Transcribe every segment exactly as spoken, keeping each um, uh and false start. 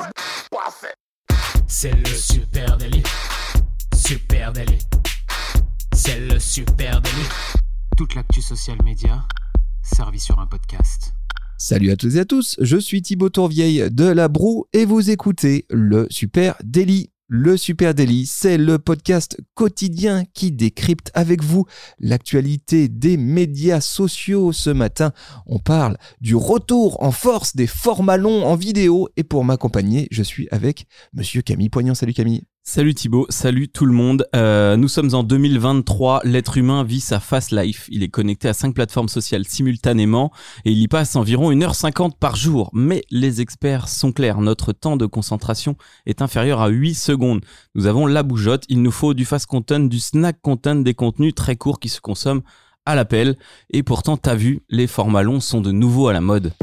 C'est le super délit. Super délit. C'est le super délit. Toute l'actu social média servie sur un podcast. Salut à toutes et à tous, je suis Thibaut Tourvieille de La Broue et vous écoutez le Super Délit. Le Super Délit, c'est le podcast quotidien qui décrypte avec vous l'actualité des médias sociaux. Ce matin, on parle du retour en force des formats longs en vidéo et pour m'accompagner, je suis avec Monsieur Camille Poignant. Salut Camille. Salut Thibaut, salut tout le monde. Euh, nous sommes en deux mille vingt-trois, l'être humain vit sa fast life. Il est connecté à cinq plateformes sociales simultanément et il y passe environ une heure cinquante par jour. Mais les experts sont clairs, notre temps de concentration est inférieur à huit secondes. Nous avons la bougeotte, il nous faut du fast content, du snack content, des contenus très courts qui se consomment à l'appel. Et pourtant, t'as vu, les formats longs sont de nouveau à la mode.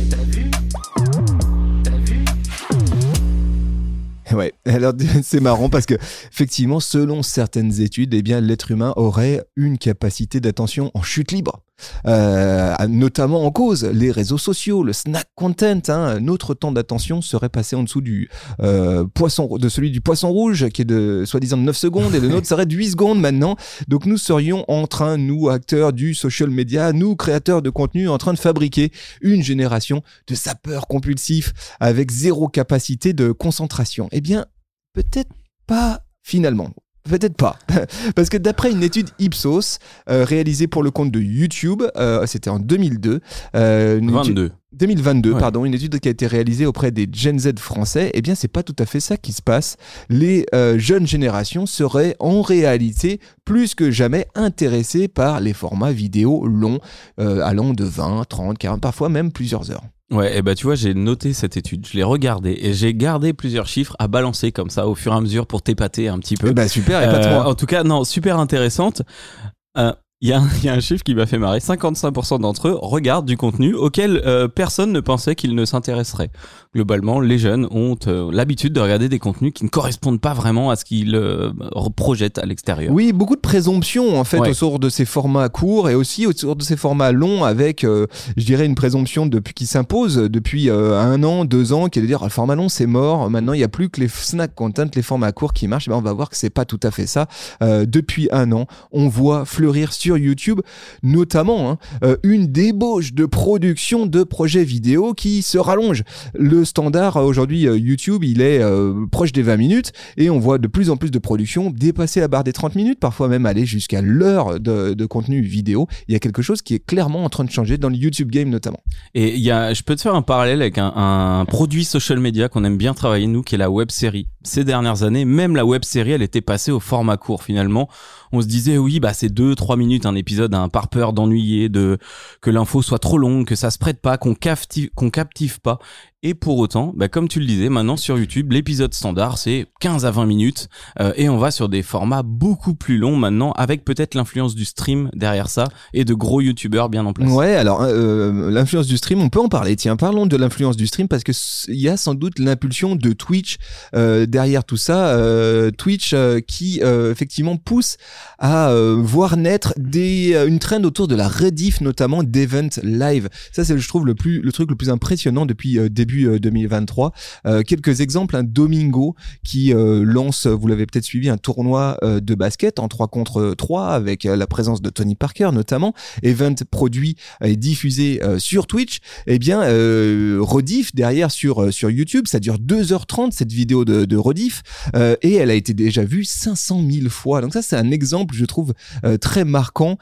Ouais, alors c'est marrant parce que effectivement, selon certaines études, eh bien l'être humain aurait une capacité d'attention en chute libre. Euh, notamment en cause les réseaux sociaux, le snack content, hein, notre temps d'attention serait passé en dessous du euh, poisson, de celui du poisson rouge qui est de soi-disant de neuf secondes et le nôtre serait de huit secondes maintenant. Donc nous serions en train, nous acteurs du social media, nous créateurs de contenu, en train de fabriquer une génération de zappeurs compulsifs avec zéro capacité de concentration. Eh bien, peut-être pas finalement. Peut-être pas, parce que d'après une étude Ipsos euh, réalisée pour le compte de YouTube, euh, c'était en deux mille deux, euh, une vingt-deux. Étude, deux mille vingt-deux, ouais. pardon, une étude qui a été réalisée auprès des Gen Z français. Eh bien, c'est pas tout à fait ça qui se passe. Les euh, jeunes générations seraient en réalité plus que jamais intéressées par les formats vidéo longs, euh, allant de vingt, trente, quarante, parfois même plusieurs heures. Ouais, et bah tu vois, j'ai noté cette étude, je l'ai regardée et j'ai gardé plusieurs chiffres à balancer comme ça au fur et à mesure pour t'épater un petit peu. Bah super, épate-moi. Euh, en tout cas, non, super intéressante. Euh, Il y, a un, il y a un chiffre qui m'a fait marrer. cinquante-cinq pour cent d'entre eux regardent du contenu auquel euh, personne ne pensait qu'ils ne s'intéresseraient. Globalement, les jeunes ont euh, l'habitude de regarder des contenus qui ne correspondent pas vraiment à ce qu'ils euh, projettent à l'extérieur. Oui, beaucoup de présomptions en fait ouais. autour de ces formats courts et aussi autour de ces formats longs avec, euh, je dirais, une présomption depuis qui s'impose depuis euh, un an, deux ans, qui est de dire ah, le format long c'est mort. Maintenant, il n'y a plus que les snack content, les formats courts qui marchent. Et ben, on va voir que c'est pas tout à fait ça. Euh, depuis un an, on voit fleurir sur sur YouTube, notamment hein, euh, une débauche de production de projets vidéo qui se rallonge. Le standard aujourd'hui euh, YouTube, il est euh, proche des vingt minutes et on voit de plus en plus de productions dépasser la barre des trente minutes, parfois même aller jusqu'à l'heure de, de contenu vidéo. Il y a quelque chose qui est clairement en train de changer dans le YouTube game notamment. Et il y a, je peux te faire un parallèle avec un, un produit social media qu'on aime bien travailler nous, qui est la web série. Ces dernières années, même la web série, elle était passée au format court finalement. On se disait oui, bah c'est deux trois minutes un épisode, hein, par peur d'ennuyer, de que l'info soit trop longue, que ça se prête pas, qu'on captive, qu'on captive pas. Et pour autant, bah comme tu le disais, maintenant sur YouTube, l'épisode standard c'est quinze à vingt minutes euh, et on va sur des formats beaucoup plus longs maintenant, avec peut-être l'influence du stream derrière ça et de gros youtubeurs bien en place. Ouais, alors euh, l'influence du stream, on peut en parler. Tiens, parlons de l'influence du stream parce que il y a sans doute l'impulsion de Twitch euh, derrière tout ça. Euh, Twitch euh, qui euh, effectivement pousse à euh, voir naître des euh, une trend autour de la rediff, notamment d'events live. Ça, c'est je trouve le plus le truc le plus impressionnant depuis euh, début euh, deux mille vingt-trois. Euh, quelques exemples, un Domingo qui euh, lance, vous l'avez peut-être suivi, un tournoi euh, de basket en trois contre trois avec euh, la présence de Tony Parker notamment. Event produit et diffusé euh, sur Twitch. Eh bien, euh, rediff derrière sur euh, sur YouTube. Ça dure deux heures trente cette vidéo de, de rediff euh, et elle a été déjà vue cinq cent mille fois. Donc ça, c'est un exemple, je trouve, euh, très marquant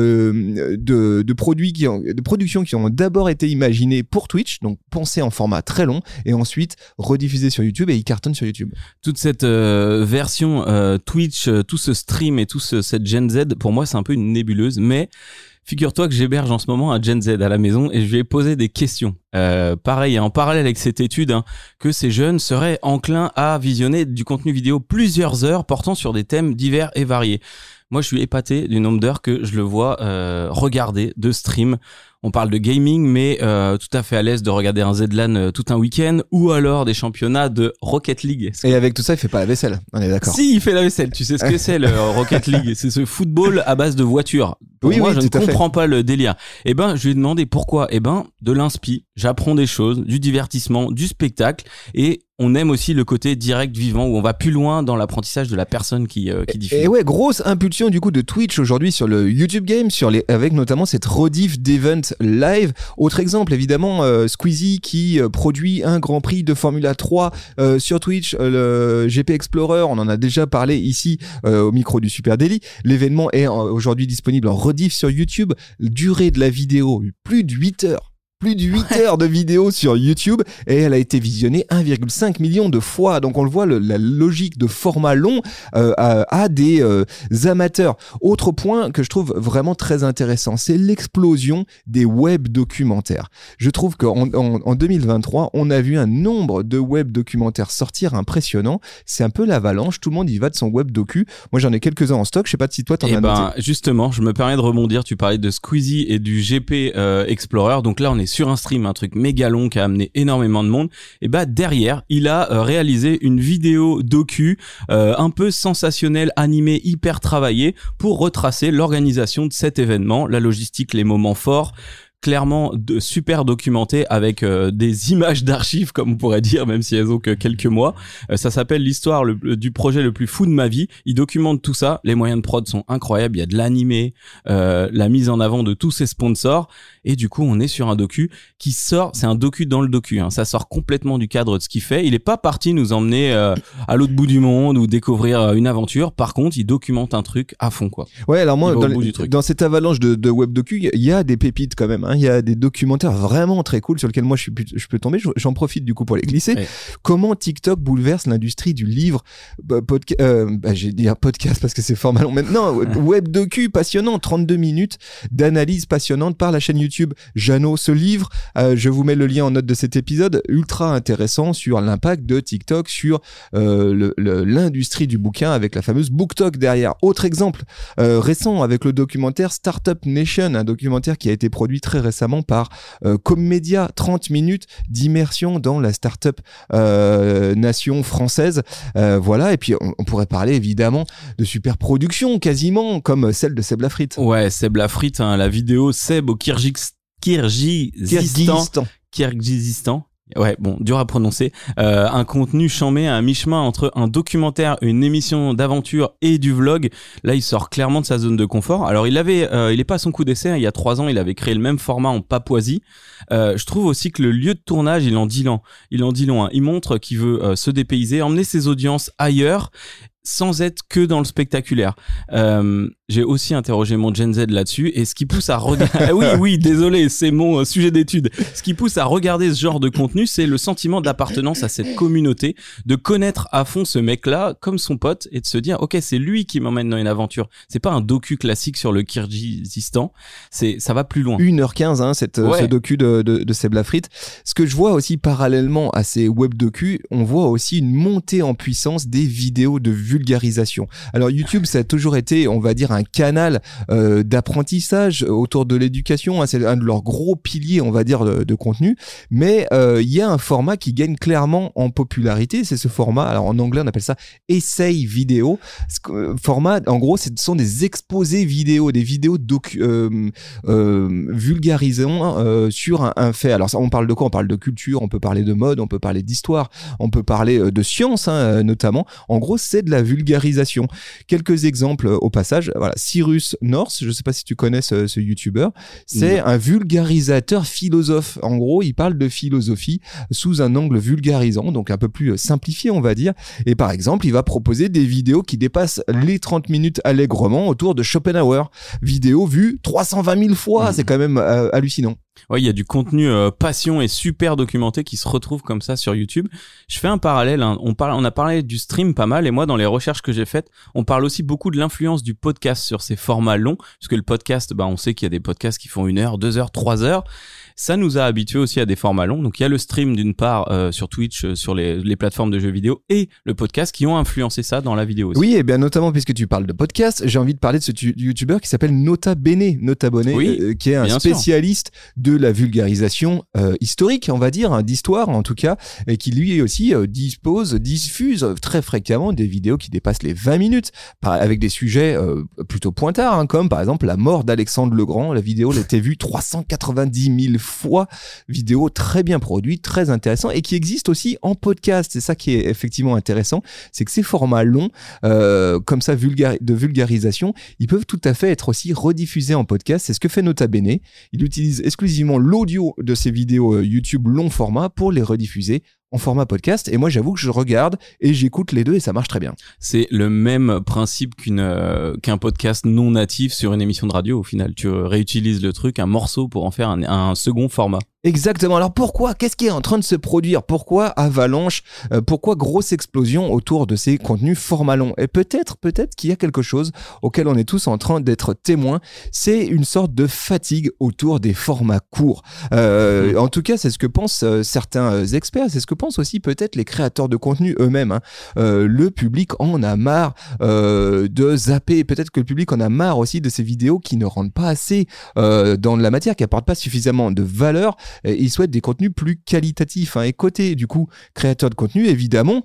euh, de, de produits qui ont, de productions qui ont d'abord été imaginées pour Twitch, donc pensées en format très long, et ensuite rediffusées sur YouTube et ils cartonnent sur YouTube. Toute cette euh, version euh, Twitch, euh, tout ce stream et tout ce, cette Gen Z, pour moi, c'est un peu une nébuleuse, mais figure-toi que j'héberge en ce moment un Gen Z à la maison et je lui ai posé des questions. Euh, pareil, en parallèle avec cette étude, hein, que ces jeunes seraient enclins à visionner du contenu vidéo plusieurs heures portant sur des thèmes divers et variés. Moi, je suis épaté du nombre d'heures que je le vois euh, regarder de stream. on parle de gaming, mais euh, tout à fait à l'aise de regarder un Z-LAN euh, tout un week-end, ou alors des championnats de Rocket League. Et avec tout ça, il fait pas la vaisselle, on est d'accord. Si, il fait la vaisselle. Tu sais ce que c'est le Rocket League? C'est ce football à base de voitures. Pour oui, moi, oui, je ne tout à fait. comprends pas le délire. Eh ben, je lui ai demandé pourquoi. Eh ben, de l'inspi. J'apprends des choses, du divertissement, du spectacle, et on aime aussi le côté direct, vivant, où on va plus loin dans l'apprentissage de la personne qui, euh, qui diffuse. Et ouais, grosse impulsion du coup de Twitch aujourd'hui sur le YouTube Game, sur les, avec notamment cette rediff d'event live. Autre exemple, évidemment, euh, Squeezie qui euh, produit un Grand Prix de Formula trois euh, sur Twitch, euh, le G P Explorer, on en a déjà parlé ici euh, au micro du Super Daily. L'événement est euh, aujourd'hui disponible en rediff sur YouTube. Durée de la vidéo, plus de huit heures. Plus de huit ouais. heures de vidéo sur YouTube et elle a été visionnée un virgule cinq million de fois. Donc on le voit, le, la logique de format long euh, a, a des euh, amateurs. Autre point que je trouve vraiment très intéressant, c'est l'explosion des web documentaires. Je trouve qu'en en, en deux mille vingt-trois, on a vu un nombre de web documentaires sortir impressionnant. C'est un peu l'avalanche, tout le monde y va de son web docu. Moi j'en ai quelques-uns en stock, je sais pas si toi t'en et as ben, noté. Justement, je me permets de rebondir, tu parlais de Squeezie et du G P euh, Explorer, donc là on est sur un stream, un truc méga long qui a amené énormément de monde, et bah derrière il a euh, réalisé une vidéo docu euh, un peu sensationnelle, animée, hyper travaillée pour retracer l'organisation de cet événement, la logistique, les moments forts, clairement de super documenté avec euh, des images d'archives comme on pourrait dire, même si elles ont que quelques mois. Euh, ça s'appelle l'histoire le, le, du projet le plus fou de ma vie. Il documente tout ça, les moyens de prod sont incroyables, il y a de l'animé, euh, la mise en avant de tous ses sponsors, et du coup on est sur un docu qui sort, c'est un docu dans le docu, hein. Ça sort complètement du cadre de ce qu'il fait. Il est pas parti nous emmener euh, à l'autre bout du monde ou découvrir euh, une aventure. Par contre il documente un truc à fond, quoi. Ouais, alors moi dans, les, dans cette avalanche de, de web docu, il y a des pépites quand même. Il y a des documentaires vraiment très cool sur lesquels moi je, suis, je peux tomber, j'en profite du coup pour les glisser. Ouais. Comment TikTok bouleverse l'industrie du livre, bah, podca- euh, bah, j'ai dit un podcast parce que c'est format long maintenant, web docu passionnant, trente-deux minutes d'analyse passionnante par la chaîne YouTube Jeannot. Ce livre, euh, je vous mets le lien en note de cet épisode, ultra intéressant sur l'impact de TikTok sur euh, le, le, l'industrie du bouquin avec la fameuse BookTok derrière. Autre exemple euh, récent avec le documentaire Startup Nation, un documentaire qui a été produit très récemment par euh, Commedia, trente minutes d'immersion dans la startup euh, nation française. Euh, voilà, et puis on, on pourrait parler évidemment de super productions quasiment comme celle de Seb Lafrite. Ouais, Seb Lafrite, hein, la vidéo Seb au Kyrgyz... Kyrgyzstan. Kyrgyzstan. Ouais, bon, dur à prononcer. Euh, un contenu chambé à un mi-chemin entre un documentaire, une émission d'aventure et du vlog. Là, il sort clairement de sa zone de confort. Alors, il avait, euh, il est pas à son coup d'essai. Hein. Il y a trois ans, il avait créé le même format en Papouasie. Euh, je trouve aussi que le lieu de tournage, il en dit long. Il en dit long. Hein. Il montre qu'il veut euh, se dépayser, emmener ses audiences ailleurs, sans être que dans le spectaculaire. Euh, j'ai aussi interrogé mon Gen Z là-dessus, et ce qui pousse à regarder... oui, oui, désolé, c'est mon sujet d'étude. Ce qui pousse à regarder ce genre de contenu, c'est le sentiment d'appartenance à cette communauté, de connaître à fond ce mec-là comme son pote, et de se dire, ok, c'est lui qui m'emmène dans une aventure. C'est pas un docu classique sur le Kyrgyzstan, c'est, ça va plus loin. une heure quinze, hein, cette, ouais. ce docu de, de, de Seb Lafrite. Ce que je vois aussi parallèlement à ces web docus, on voit aussi une montée en puissance des vidéos de vulgarisation. Alors YouTube, ça a toujours été, on va dire, un canal euh, d'apprentissage autour de l'éducation, hein, c'est un de leurs gros piliers, on va dire, de, de contenu, mais il euh, y a un format qui gagne clairement en popularité, c'est ce format, alors en anglais on appelle ça essay vidéo. Ce euh, format, en gros, ce sont des exposés vidéo, des vidéos docu, euh, euh, vulgarisant euh, sur un, un fait. Alors ça, on parle de quoi? On parle de culture, on peut parler de mode, on peut parler d'histoire, on peut parler euh, de science, hein, notamment. En gros, c'est de la vulgarisation. Quelques exemples au passage. Voilà, Cyrus North, je ne sais pas si tu connais ce, ce youtubeur, c'est mmh. un vulgarisateur philosophe. En gros, il parle de philosophie sous un angle vulgarisant, donc un peu plus simplifié, on va dire. Et par exemple, il va proposer des vidéos qui dépassent les trente minutes allègrement autour de Schopenhauer. Vidéo vue trois cent vingt mille fois, mmh. c'est quand même euh, hallucinant. Ouais, il y a du contenu euh, passion et super documenté qui se retrouve comme ça sur YouTube. Je fais un parallèle, hein. on parle, on a parlé du stream pas mal, et moi dans les recherches que j'ai faites, on parle aussi beaucoup de l'influence du podcast sur ces formats longs, parce que le podcast, bah on sait qu'il y a des podcasts qui font une heure, deux heures, trois heures. Ça nous a habitués aussi à des formats longs. Donc il y a le stream d'une part euh, sur Twitch, euh, sur les, les plateformes de jeux vidéo et le podcast qui ont influencé ça dans la vidéo aussi. Oui, et bien notamment puisque tu parles de podcast, j'ai envie de parler de ce tu- youtubeur qui s'appelle Nota Bene, Nota Bene, Oui, euh, qui est un bien spécialiste sûr. de la vulgarisation euh, historique, on va dire, hein, d'histoire en tout cas, et qui lui aussi euh, dispose, diffuse très fréquemment des vidéos qui dépassent les vingt minutes, par, avec des sujets euh, plutôt pointards, hein, comme par exemple la mort d'Alexandre le Grand. La vidéo a été vue trois cent quatre-vingt-dix mille fois, vidéo très bien produite, très intéressant, et qui existe aussi en podcast. C'est ça qui est effectivement intéressant, c'est que ces formats longs, euh, comme ça, vulgar- de vulgarisation, ils peuvent tout à fait être aussi rediffusés en podcast. C'est ce que fait Nota Bene. Il utilise exclusivement l'audio de ces vidéos euh, YouTube long format pour les rediffuser en format podcast. Et moi, j'avoue que je regarde et j'écoute les deux et ça marche très bien. C'est le même principe qu'une euh, qu'un podcast non natif sur une émission de radio. Au final, tu réutilises le truc, un morceau pour en faire un, un second format. Exactement. Alors pourquoi ? Qu'est-ce qui est en train de se produire ? Pourquoi avalanche ? euh, Pourquoi grosse explosion autour de ces contenus format long ? Et peut-être, peut-être qu'il y a quelque chose auquel on est tous en train d'être témoins. C'est une sorte de fatigue autour des formats courts. Euh, mmh. En tout cas, c'est ce que pensent euh, certains experts. C'est ce que pensent aussi peut-être les créateurs de contenu eux-mêmes. Hein. Euh, le public en a marre euh, de zapper. Peut-être que le public en a marre aussi de ces vidéos qui ne rentrent pas assez euh, dans la matière, qui apportent pas suffisamment de valeur. Ils souhaitent des contenus plus qualitatifs, hein. Et côté du coup créateur de contenu, évidemment,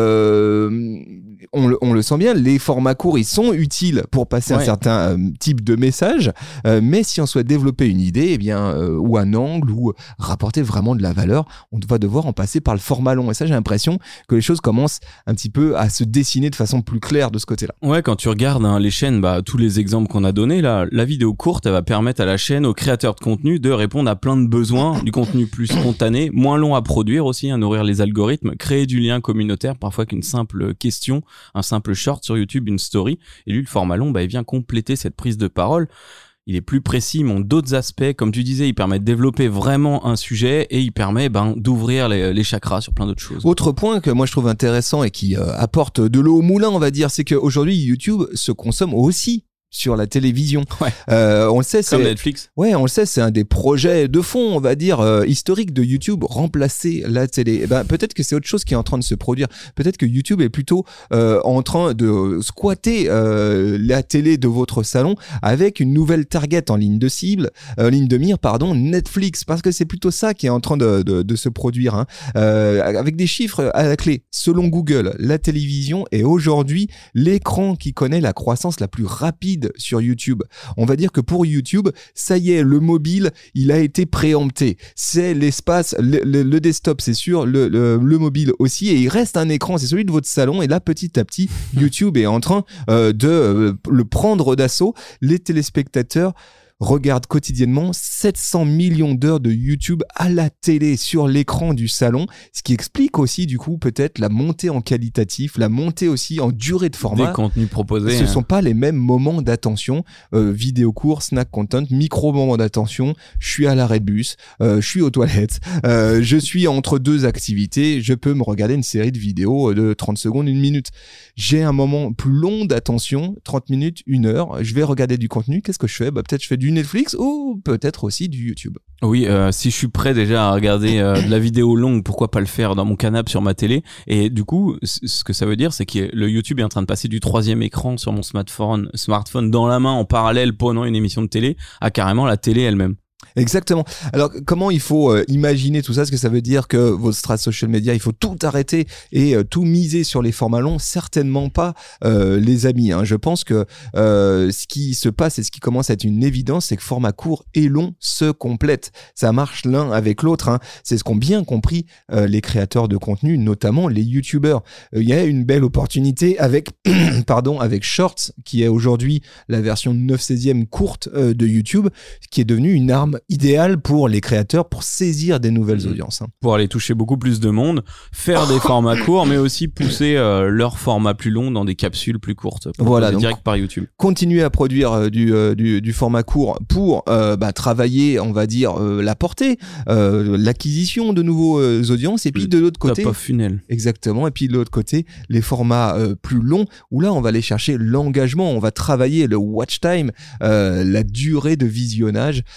euh, on, le, on le sent bien, les formats courts ils sont utiles pour passer ouais. un certain euh, type de message, euh, mais si on souhaite développer une idée, eh bien euh, ou un angle ou rapporter vraiment de la valeur, on va devoir en passer par le format long. Et ça, j'ai l'impression que les choses commencent un petit peu à se dessiner de façon plus claire de ce côté-là. Ouais, quand tu regardes hein, les chaînes, bah tous les exemples qu'on a donnés là, la vidéo courte, elle va permettre à la chaîne, aux créateurs de contenu, de répondre à plein de besoins. Du contenu plus spontané, moins long à produire aussi, à nourrir les algorithmes, créer du lien communautaire parfois qu'une simple question, un simple short sur YouTube, une story. Et lui, le format long, bah, il vient compléter cette prise de parole. Il est plus précis, il montre d'autres aspects. Comme tu disais, il permet de développer vraiment un sujet et il permet ben, d'ouvrir les, les chakras sur plein d'autres choses. Autre point que moi je trouve intéressant et qui euh, apporte de l'eau au moulin, on va dire, c'est qu'aujourd'hui, YouTube se consomme aussi sur la télévision. Ouais. Euh, on le sait, c'est comme Netflix. Ouais, on le sait, c'est un des projets de fond, on va dire euh, historique de YouTube, remplacer la télé. Eh ben peut-être que c'est autre chose qui est en train de se produire. Peut-être que YouTube est plutôt euh, en train de squatter euh, la télé de votre salon avec une nouvelle target en ligne de cible, euh, ligne de mire, pardon, Netflix, parce que c'est plutôt ça qui est en train de de, de se produire. Hein. Euh, avec des chiffres à la clé. Selon Google, la télévision est aujourd'hui l'écran qui connaît la croissance la plus rapide sur YouTube. On va dire que pour YouTube, ça y est, le mobile, il a été préempté. C'est l'espace, le, le, le desktop, c'est sûr, le, le, le mobile aussi, et il reste un écran, c'est celui de votre salon, et là, petit à petit, YouTube est en train euh, de euh, le prendre d'assaut. Les téléspectateurs regarde quotidiennement sept cents millions d'heures de YouTube à la télé sur l'écran du salon, ce qui explique aussi du coup peut-être la montée en qualitatif, la montée aussi en durée de format. Des contenus proposés. Ce ne hein. sont pas les mêmes moments d'attention, euh, vidéo court, snack content, micro moment d'attention, je suis à l'arrêt de bus, euh, je suis aux toilettes, euh, je suis entre deux activités, je peux me regarder une série de vidéos de trente secondes, une minute. J'ai un moment plus long d'attention, trente minutes, une heure, je vais regarder du contenu, qu'est-ce que je fais ? Bah, peut-être je fais du Netflix ou peut-être aussi du YouTube. Oui, euh, si je suis prêt déjà à regarder euh, de la vidéo longue, pourquoi pas le faire dans mon canapé sur ma télé ? Et du coup, c- ce que ça veut dire, c'est que le YouTube est en train de passer du troisième écran sur mon smartphone, smartphone dans la main en parallèle pendant une émission de télé à carrément la télé elle-même. Exactement. Alors, comment il faut euh, imaginer tout ça ? Est-ce que ça veut dire que votre strat social media, il faut tout arrêter et euh, tout miser sur les formats longs ? Certainement pas, euh, les amis. Hein. Je pense que euh, ce qui se passe et ce qui commence à être une évidence, c'est que format court et long se complètent. Ça marche l'un avec l'autre. Hein. C'est ce qu'ont bien compris euh, les créateurs de contenu, notamment les youtubeurs. Il euh, y a une belle opportunité avec, pardon, avec Shorts, qui est aujourd'hui la version neuf seizième courte euh, de YouTube, qui est devenue une arme idéal pour les créateurs pour saisir des nouvelles mmh. audiences. Hein. Pour aller toucher beaucoup plus de monde, faire des formats courts, mais aussi pousser euh, leur format plus long dans des capsules plus courtes. Voilà, donc direct par YouTube. Continuer à produire euh, du, euh, du, du format court pour euh, bah, travailler, on va dire, euh, la portée, euh, l'acquisition de nouveaux euh, audiences, et puis de l'autre côté... Top of funnel. Exactement, et puis de l'autre côté, les formats euh, plus longs, où là, on va aller chercher l'engagement, on va travailler le watch time, euh, la durée de visionnage. Voilà,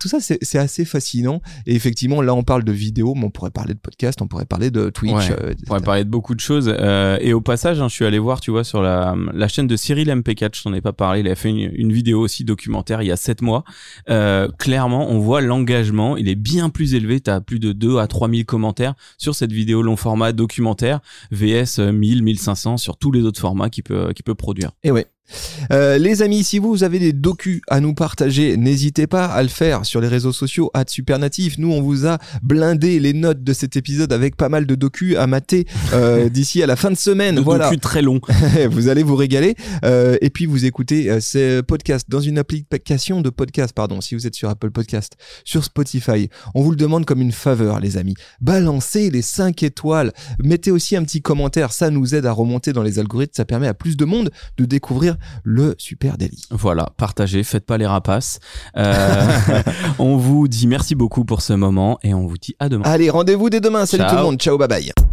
tout ça, c'est, c'est assez fascinant. Et effectivement, là, on parle de vidéo, mais on pourrait parler de podcast, on pourrait parler de Twitch. Ouais, euh, on pourrait parler de beaucoup de choses. Euh, et au passage, hein, je suis allé voir, tu vois, sur la, la chaîne de Cyril M P quatre, je t'en ai pas parlé, il a fait une, une vidéo aussi documentaire il y a sept mois. Euh, clairement, on voit l'engagement, il est bien plus élevé. T'as plus de deux à trois mille commentaires sur cette vidéo long format documentaire, V S mille, mille cinq cents sur tous les autres formats qu'il peut, qu'il peut produire. Et ouais. Euh, les amis, si vous avez des docus à nous partager, n'hésitez pas à le faire sur les réseaux sociaux arobase supernatif. Nous, on vous a blindé les notes de cet épisode avec pas mal de docus à mater euh, d'ici à la fin de semaine. De voilà. docus très long. Vous allez vous régaler. Euh, et puis, vous écoutez euh, ces podcasts dans une application de podcast, pardon, si vous êtes sur Apple Podcast, sur Spotify. On vous le demande comme une faveur, les amis. Balancez les cinq étoiles. Mettez aussi un petit commentaire. Ça nous aide à remonter dans les algorithmes. Ça permet à plus de monde de découvrir le Super Daily. Voilà, partagez, faites pas les rapaces. Euh, on vous dit merci beaucoup pour ce moment et on vous dit à demain. Allez, rendez-vous dès demain. Salut Ciao. tout le monde. Ciao, bye bye.